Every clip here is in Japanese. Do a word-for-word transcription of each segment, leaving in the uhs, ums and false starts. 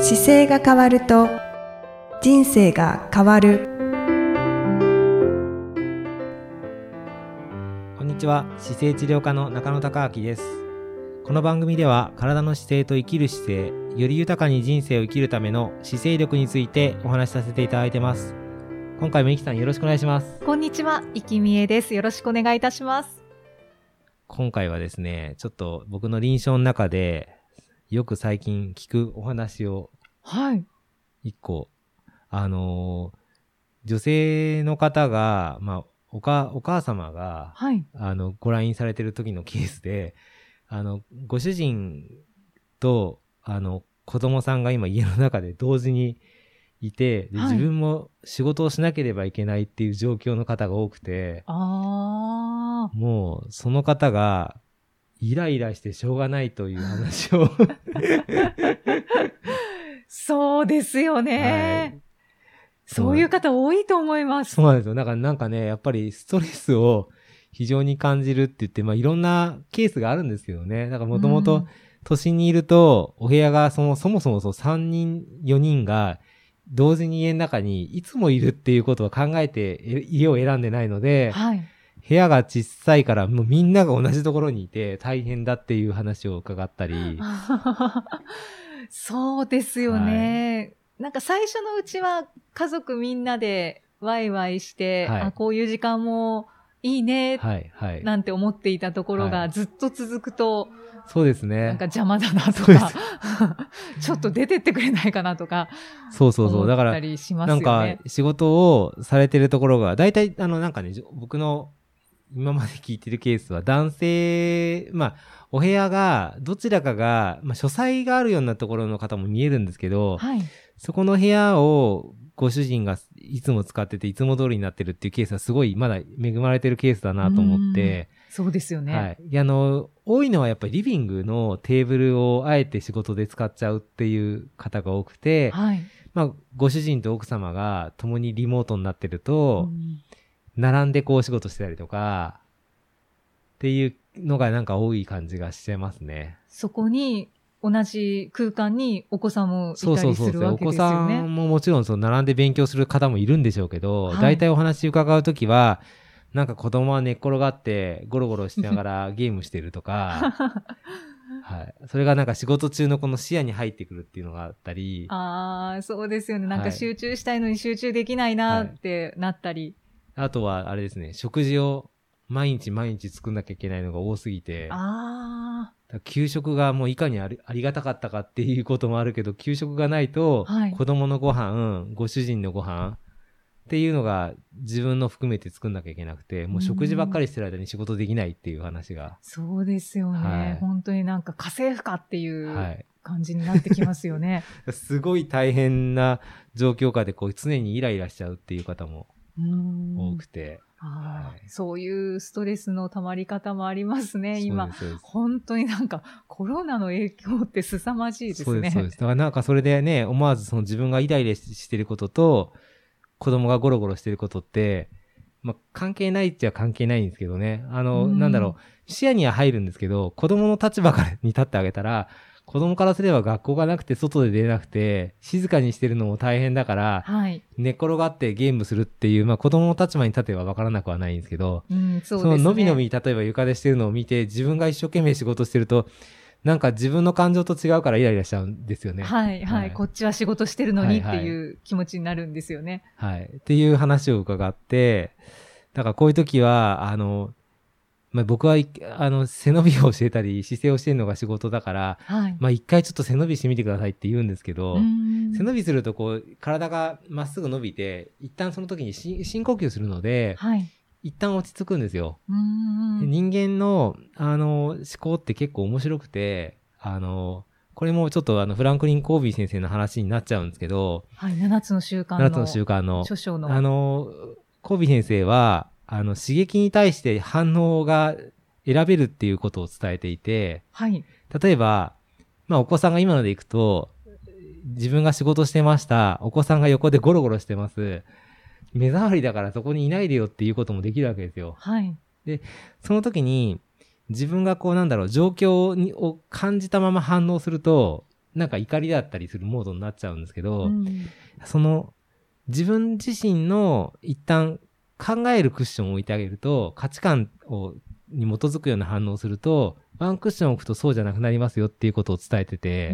姿勢が変わると人生が変わる。 こんにちは、姿勢治療科の中野孝明です。この番組では体の姿勢と生きる姿勢、より豊かに人生を生きるための姿勢力についてお話しさせていただいてます。今回もいきさんよろしくお願いします。 こんにちは、いきみえです。よろしくお願いいたします。 今回はですね、ちょっと僕の臨床の中でよく最近聞くお話をはい一個、あのー、女性の方が、まあ、おか、お母様が、 はい、 あの、ご来院されてる時のケースで、あの、ご主人と、あの、子供さんが今家の中で同時にいて、で、 はい、 自分も仕事をしなければいけないっていう状況の方が多くて、 あーもう、その方が、イライラしてしょうがないという話をそうですよね、 はい、 そういう方多いと思います。 そうなんですよ。だからなんかね、やっぱりストレスを非常に感じるって言って、まあいろんなケースがあるんですけどね。だからもともと都心にいると、お部屋がそのそもそもそうさんにん、よにんが同時に家の中にいつもいるっていうことを考えて家を選んでないので、 はい、 部屋が小さいからもうみんなが同じところにいて大変だっていう話を伺ったり。 そうですよね、はい、なんか最初のうちは家族みんなでワイワイして、はい、あ、こういう時間もいいね、はいはい、なんて思っていたところがずっと続くと、はい、 そうですね。 なんか邪魔だなとかちょっと出てってくれないかなとかそうそうそう。だから、 思ったりしますよね。 なんか仕事をされてるところが、だいたいあのなんかね、僕の今まで聞いてるケースは男性、まあ、お部屋が、どちらかが、まあ、書斎があるようなところの方も見えるんですけど、 はい、 そこの部屋をご主人がいつも使ってて、いつも通りになってるっていうケースはすごい、まだ恵まれてるケースだなと思って。 そうですよね。 はい。あの、多いのはやっぱりリビングのテーブルをあえて仕事で使っちゃうっていう方が多くて、 はい。 まあ、ご主人と奥様が共にリモートになってると、並んでこう仕事してたりとか、っていうのがなんか多い感じがしてますね。 そこに同じ空間にお子さんもいたりするわけですよね。そうそうそう。お子さんももちろんその並んで勉強する方もいるんでしょうけど、はい、大体お話伺うときは、なんか子供は寝っ転がってゴロゴロしながらゲームしてるとか、はい。それがなんか仕事中のこの視野に入ってくるっていうのがあったり。 ああ、そうですよね。なんか集中したいのに集中できないなってなったり。 はい、あとはあれですね、食事を毎日毎日作んなきゃいけないのが多すぎて、 ああ。給食がもういかにあり、ありがたかったかっていうこともあるけど、給食がないと、子供のご飯、はい、ご主人のご飯っていうのが自分の含めて作んなきゃいけなくて、もう食事ばっかりしてる間に仕事できないっていう話が。 そうですよね。はい、本当になんか家政婦かっていう感じになってきますよね。 はい、すごい大変な状況下でこう常にイライラしちゃうっていう方も多くて。 はい、そういうストレスの溜まり方もありますね。今本当になんかコロナの影響って凄まじいですね。 そうですそうです。だからなんかそれでね、思わずその自分がイライラしてることと子供がゴロゴロしてることって、まあ、関係ないっちゃ関係ないんですけどね。あの、なんだろう、視野には入るんですけど、子供の立場からに立ってあげたら、子供からすれば学校がなくて外で出なくて静かにしてるのも大変だから、はい、寝っ転がってゲームするっていう、まあ子供の立場に立てば分からなくはないんですけど、 うん、そうですね、 そののびのび例えば床でしてるのを見て自分が一生懸命仕事してると、なんか自分の感情と違うからイライラしちゃうんですよね。 はいはい、はい、こっちは仕事してるのにっていう気持ちになるんですよね。 はい、はい、っていう話を伺って、だからこういう時はあの。まあ、僕はあの背伸びを教えたり姿勢をしてるのが仕事だから、はい、まあ一回ちょっと背伸びしてみてくださいって言うんですけど、背伸びするとこう体がまっすぐ伸びて一旦その時に深呼吸するので、はい、一旦落ち着くんですよ。で人間のあの思考って結構面白くて、あのこれもちょっとあのフランクリン・コービー先生の話になっちゃうんですけど、 はい、ななつの習慣のななつの習慣の著書のあのコービー先生はあの、刺激に対して反応が選べるっていうことを伝えていて、 はい。 例えば、まあお子さんが今のでいくと、自分が仕事してました。お子さんが横でゴロゴロしてます。目障りだからそこにいないでよっていうこともできるわけですよ。 はい。 で、その時に、自分がこうなんだろう、状況にを感じたまま反応すると、 なんか怒りだったりするモードになっちゃうんですけど、 うん、 その自分自身の一旦考えるクッションを置いてあげると、価値観をに基づくような反応をすると、ワンクッション置くとそうじゃなくなりますよっていうことを伝えてて、 うん、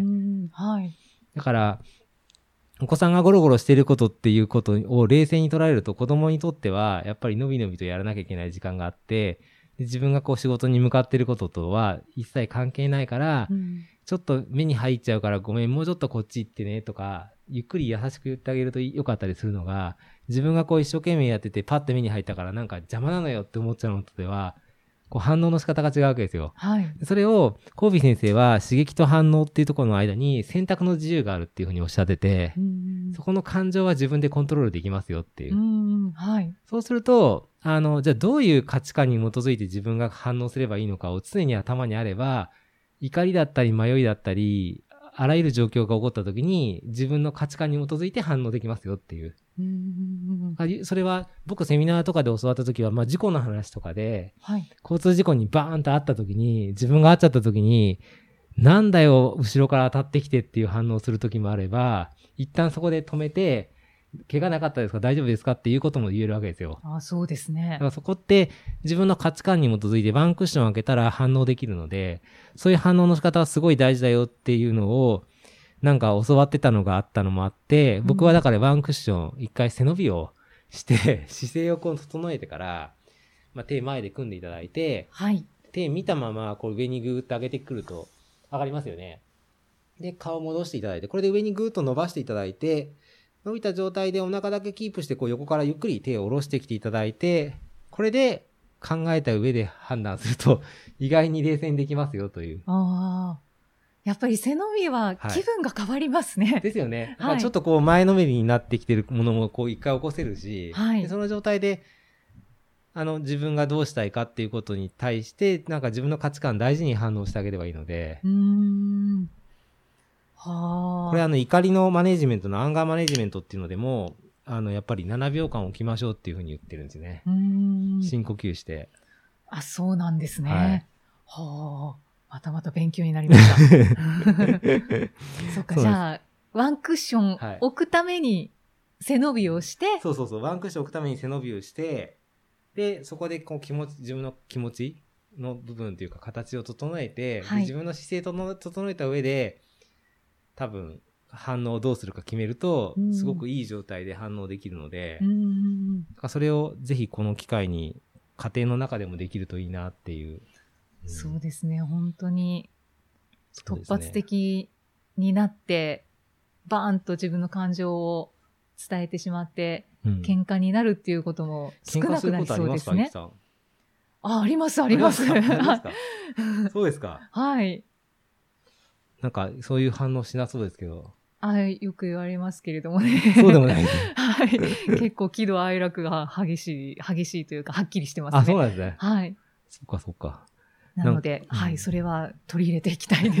はい。 だからお子さんがゴロゴロしていることっていうことを冷静に捉えると、子供にとってはやっぱりのびのびとやらなきゃいけない時間があって、で自分がこう仕事に向かっていることとは一切関係ないから、うん、ちょっと目に入っちゃうからごめん、もうちょっとこっち行ってねとか、ゆっくり優しく言ってあげるとよかったりするのが、自分がこう一生懸命やっててパッて目に入ったからなんか邪魔なのよって思っちゃうのとでは、こう反応の仕方が違うわけですよ。 はい。 それをコービー先生は刺激と反応っていうところの間に選択の自由があるっていうふうにおっしゃってて、うん、そこの感情は自分でコントロールできますよっていう。 うん、はい。 そうすると、あの、じゃあどういう価値観に基づいて自分が反応すればいいのかを常に頭にあれば、怒りだったり迷いだったり、あらゆる状況が起こった時に自分の価値観に基づいて反応できますよっていう。うん、それは僕セミナーとかで教わった時は、まあ事故の話とかで、はい、交通事故にバーンとあった時に、自分があっちゃった時に、なんだよ後ろから当たってきてっていう反応をする時もあれば、一旦そこで止めて、怪我なかったですか大丈夫ですかっていうことも言えるわけですよ。 あ、そうですね。 だからそこって自分の価値観に基づいてワンクッションを開けたら反応できるので、そういう反応の仕方はすごい大事だよっていうのをなんか教わってたのがあったのもあって、僕はだからワンクッション一回背伸びをして姿勢をこう整えてから、まあ、手前で組んでいただいて、 はい、 手見たままこう上にグーッと上げてくると上がりますよね。で、顔戻していただいて、これで上にグーッと伸ばしていただいて、伸びた状態でお腹だけキープしてこう横からゆっくり手を下ろしてきていただいて、これで考えた上で判断すると意外に冷静にできますよという。 ああ、やっぱり背伸びは気分が変わりますね。 はい、ですよね。はい、ちょっとこう前のめりになってきてるものもこう一回起こせるし、はい、でその状態であの自分がどうしたいかっていうことに対してなんか自分の価値観大事に反応してあげればいいので。 うーん。はあ。 これあの怒りのマネジメントのアンガーマネジメントっていうのでもあのやっぱりななびょうかん置きましょうっていうふうに言ってるんですね。 うーん。 深呼吸して。 あ、そうなんですね。はい、はあ。またまた勉強になりました。そっか、じゃあワンクッション置くために背伸びをして、はい、 そうそうそう、ワンクッション置くために背伸びをして、でそこでこう気持ち自分の気持ちの部分というか形を整えて、はい、自分の姿勢を整えた上で。多分反応をどうするか決めるとすごくいい状態で反応できるので、うん、それをぜひこの機会に家庭の中でもできるといいなっていう、 うん、そうですね。本当に突発的になって、ね、バーンと自分の感情を伝えてしまって、うん、喧嘩になるっていうことも少なくなりそうですね。あ、ありますあります。 そうですか。 はい。 なんかそういう反応しなそうですけど。 あ、よく言われますけれどもね。 そうでもないですね。 はい。結構喜怒哀楽が激しい、激しいというか、はっきりしてますね。 あ、そうなんですね。 はい。 そっかそっか。 なので、はい、うん、それは取り入れていきたいです。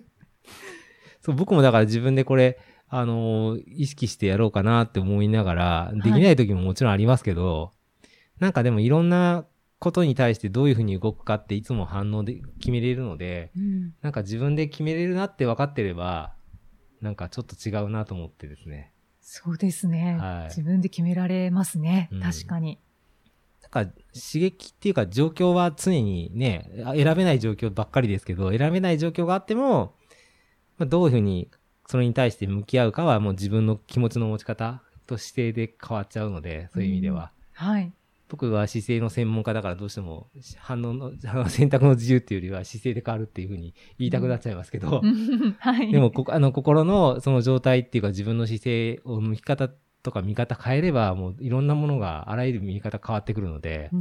そう、僕もだから自分でこれ、あのー、意識してやろうかなって思いながら、できない時ももちろんありますけど、はい、なんかでもいろんなことに対してどういうふうに動くかっていつも反応で決めれるので、うん、なんか自分で決めれるなって分かってれば、なんかちょっと違うなと思ってですね。 そうですね。はい、自分で決められますね。うん、確かに。 なんか刺激っていうか状況は常にね、選べない状況ばっかりですけど、選べない状況があっても、まあ、どういうふうにそれに対して向き合うかはもう自分の気持ちの持ち方と姿勢で変わっちゃうので、そういう意味では。 うん、はい。 僕は姿勢の専門家だからどうしても反応の選択の自由っていうよりは姿勢で変わるっていうふうに言いたくなっちゃいますけど、 うんはい、 でもこあの心のその状態っていうか自分の姿勢を向き方とか見方変えればもういろんなものがあらゆる見方変わってくるので、うん、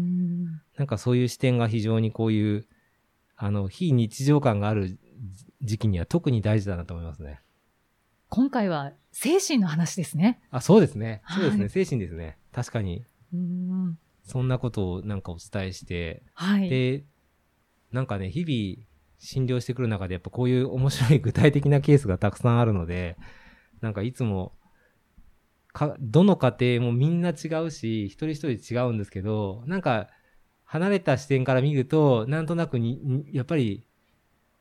なんかそういう視点が非常にこういうあの非日常感がある時期には特に大事だなと思いますね。 今回は精神の話ですね。 あ、そうですね。そうですね。はい、精神ですね。確かに。 うん、 そんなことをなんかお伝えして、 はい、 で、なんかね、日々診療してくる中でやっぱこういう面白い具体的なケースがたくさんあるので、なんかいつもか、どの家庭もみんな違うし、一人一人違うんですけど、なんか離れた視点から見ると、なんとなくに、やっぱり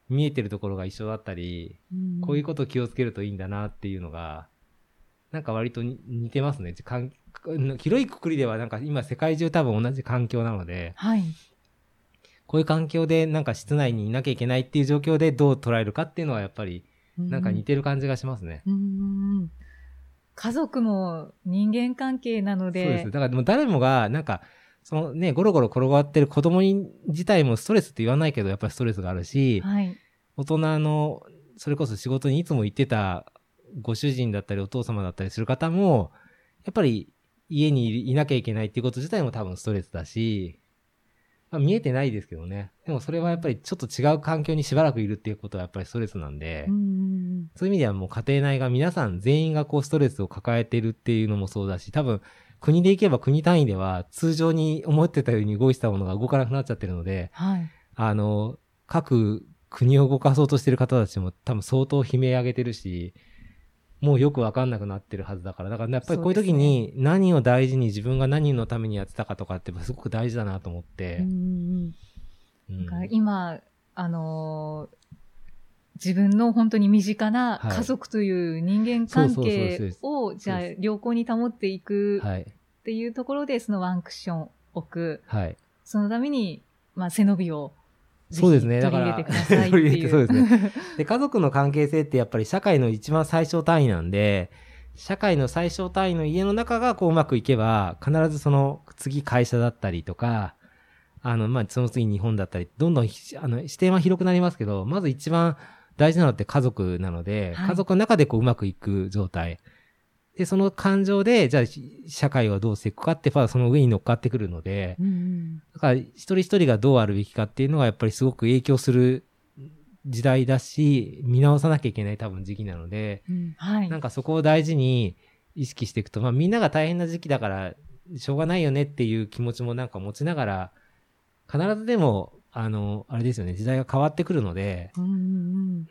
見えてるところが一緒だったり、うん、こういうことを気をつけるといいんだなっていうのが、なんか割と似てますね。広いくくりではなんか今世界中多分同じ環境なので、はい、こういう環境でなんか室内にいなきゃいけないっていう状況でどう捉えるかっていうのはやっぱりなんか似てる感じがしますね。 うんうん、家族も人間関係なので。 そうです。だからもう誰もがなんかそのね、ゴロゴロ転がってる子供に自体もストレスって言わないけどやっぱりストレスがあるし、はい、大人のそれこそ仕事にいつも行ってたご主人だったりお父様だったりする方もやっぱり家にいなきゃいけないっていうこと自体も多分ストレスだし、まあ、見えてないですけどね。でもそれはやっぱりちょっと違う環境にしばらくいるっていうことはやっぱりストレスなんで、うん、そういう意味ではもう家庭内が皆さん全員がこうストレスを抱えてるっていうのもそうだし、多分国で行けば国単位では通常に思ってたように動いてたものが動かなくなっちゃってるので、はい、あの各国を動かそうとしてる方たちも多分相当悲鳴上げてるし、もうよくわかんなくなってるはずだから、だからやっぱりこういう時に何を大事に自分が何のためにやってたかとかってすごく大事だなと思って。うんうん、だから今、あのー、自分の本当に身近な家族という人間関係をじゃあ良好に保っていくっていうところでそのワンクッションを置く。はい、そのために、まあ、背伸びをそうですね。 だから、取り入れてくださいっていう。 そうですね。で、家族の関係性ってやっぱり社会の一番最小単位なんで、社会の最小単位の家の中がこううまくいけば、必ずその次会社だったりとか、あの、まあ、その次日本だったり、どんどんあの視点は広くなりますけど、まず一番大事なのって家族なので、はい、家族の中でこううまくいく状態。で、その感情で、じゃあ、社会をどうしていくかって、まだその上に乗っかってくるので、うん、だから、一人一人がどうあるべきかっていうのが、やっぱりすごく影響する時代だし、見直さなきゃいけない多分時期なので、うんはい、なんかそこを大事に意識していくと、まあみんなが大変な時期だから、しょうがないよねっていう気持ちもなんか持ちながら、必ずでも、あの、あれですよね、時代が変わってくるので、うん、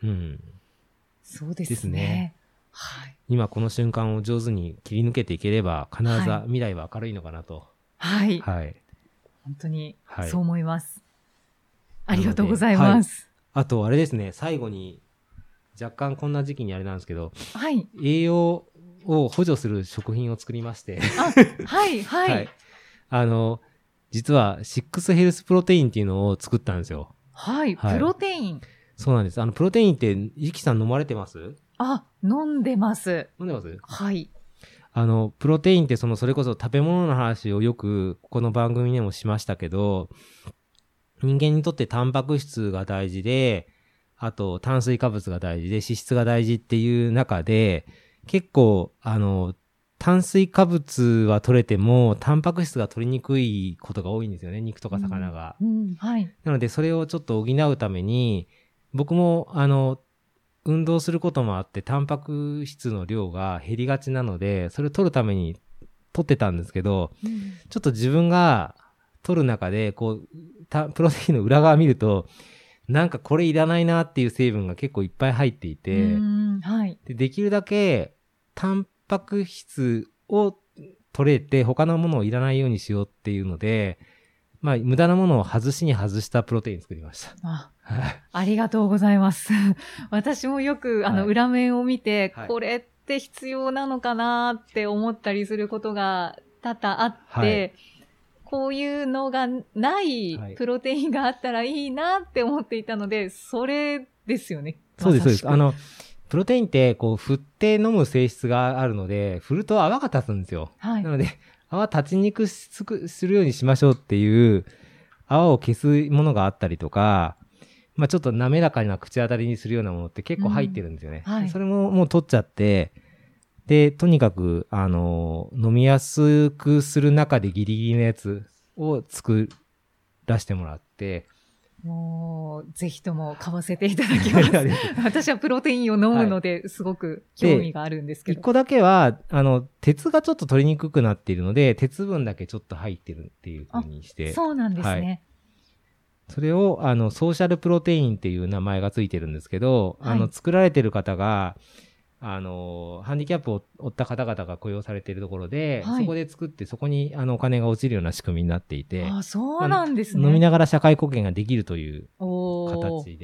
うん、そうですね。ですね。 はい、今この瞬間を上手に切り抜けていければ必ず未来は明るいのかなと。 はい。はい。本当にそう思います。はい、ありがとうございます、 はい。あとあれですね、最後に若干こんな時期にあれなんですけど、はい、栄養を補助する食品を作りまして。 あ、はいはい、はい。 あの、実はシックスヘルスプロテインっていうのを作ったんですよ。 はい、はい、プロテイン。 そうなんです。あの、プロテインって、ゆきさん飲まれてます？ あ、飲んでます。 飲んでます？ はい。 あの、プロテインってその、それこそ食べ物の話をよく、この番組でもしましたけど、人間にとってタンパク質が大事で、あと炭水化物が大事で、脂質が大事っていう中で、結構、あの、炭水化物は取れても、タンパク質が取りにくいことが多いんですよね、肉とか魚が。 うんうん、はい。 なので、それをちょっと補うために、僕も、あの、運動することもあって、タンパク質の量が減りがちなので、それを取るために取ってたんですけど、うん、ちょっと自分が取る中で、こう、プロテインの裏側見ると、なんかこれいらないなっていう成分が結構いっぱい入っていて、 うんはい、 で、できるだけタンパク質を取れて、他のものをいらないようにしようっていうので、まあ、無駄なものを外しに外したプロテイン作りました。 あありがとうございます。私もよく、あの、裏面を見て、はい、これって必要なのかなって思ったりすることが多々あって、はい、こういうのがないプロテインがあったらいいなって思っていたので、それですよね。 そうです、そうです。あの、プロテインって、こう、振って飲む性質があるので、振ると泡が立つんですよ。はい、なので、泡立ちにくくするようにしましょうっていう、泡を消すものがあったりとか、まあちょっと滑らかな口当たりにするようなものって結構入ってるんですよね。うんはい、それももう取っちゃって、で、とにかく、あの、飲みやすくする中でギリギリのやつを作らせてもらって、 もう、ぜひとも買わせていただきます。私はプロテインを飲むので、すごく興味があるんですけど。 一個だけは、あの、鉄がちょっと取りにくくなっているので、鉄分だけちょっと入ってるっていう風にして。 そうなんですね。はい、 それを、あの、ソーシャルプロテインっていう名前がついてるんですけど、はい、あの、作られてる方が、あの、ハンディキャップを負った方々が雇用されているところで、はい、そこで作って、そこに、あの、お金が落ちるような仕組みになっていて、 あ、そうなんですね。 飲みながら社会貢献ができるという形で。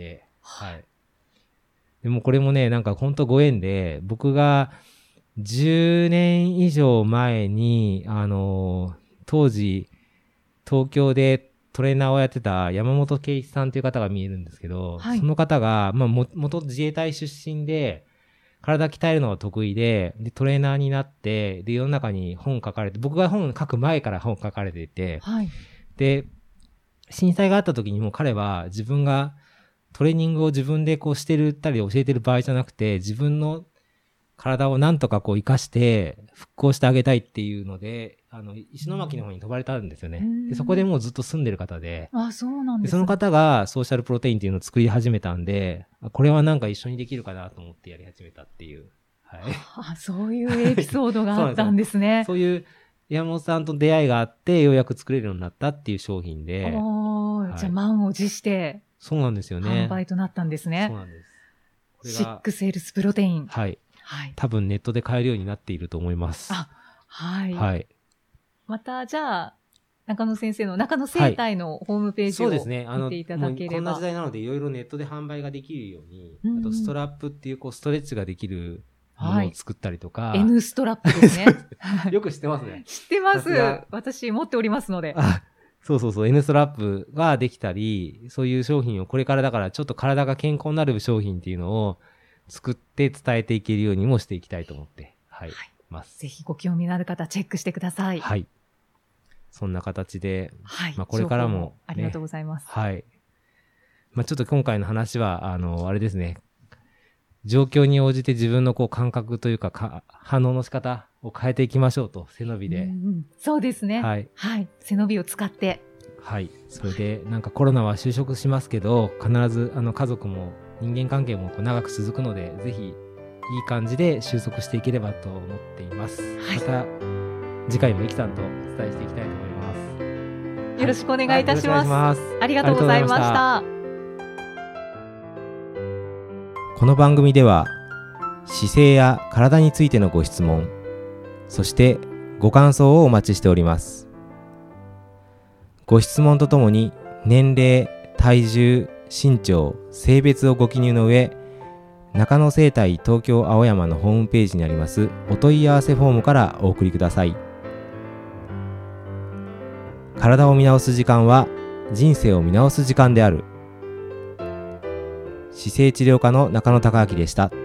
はい。でもこれもね、なんか本当ご縁で、僕がじゅうねん以上前に、あの、当時、東京でトレーナーをやってた山本圭一さんという方が見えるんですけど、はい、その方が、まあ、も、元自衛隊出身で、体鍛えるのが得意で、で、トレーナーになって、で、世の中に本書かれて、僕が本書く前から本書かれていて、はい、で、震災があった時にも彼は自分がトレーニングを自分でこうしてるったり教えてる場合じゃなくて、自分の体をなんとかこう生かして復興してあげたいっていうので、あの、石巻の方に飛ばれたんですよね。で、そこでもうずっと住んでる方で、 あ、そうなんですね。 で、その方がソーシャルプロテインっていうのを作り始めたんで、これはなんか一緒にできるかなと思ってやり始めたっていう。はい。 あ、そういうエピソードがあったんですね。 そういう山本さんと出会いがあって、ようやく作れるようになったっていう商品で。 おー、はい、じゃあ満を持して。 そうなんですよね。 販売となったんですね。 そうなんです。 これがシックスヘルスプロテイン。 はい。はい。多分ネットで買えるようになっていると思います。 あ、はい。 はい。 また、じゃあ、中野先生の中野生態のホームページを、はい、そうですね。見ていただければ。 こんな時代なので、いろいろネットで販売ができるように、うん、あとストラップっていう、こう、ストレッチができるものを作ったりとか。 はい、N ストラップですね。 よく知ってますね。 知ってます。私、持っておりますので。 あ、そうそうそう、N ストラップができたり、そういう商品をこれからだからちょっと体が健康になる商品っていうのを作って伝えていけるようにもしていきたいと思って、はい、はい、ます。 ぜひご興味のある方チェックしてください。 はい。そんな形で、 はい、 まあこれからも、ね、 ありがとうございます。 はい。まあちょっと今回の話は、あの、あれですね、状況に応じて自分のこう感覚というか、か反応の仕方を変えていきましょうと、背伸びで。うんうん、 そうですね。はい。はい。背伸びを使って。 はい。それで、なんかコロナは収束しますけど、必ずあの家族も人間関係もこう長く続くので、ぜひいい感じで収束していければと思っています。はい、また次回もイキさんとお伝えしていきたいと思います。 よろしくお願いいたします。はい、ますありがとうございました。 この番組では姿勢や体についてのご質問、そしてご感想をお待ちしております。ご質問とともに年齢、体重、身長、性別をご記入の上、中野生態東京青山のホームページにありますお問い合わせフォームからお送りください。体を見直す時間は人生を見直す時間である。姿勢治療科の中野孝明でした。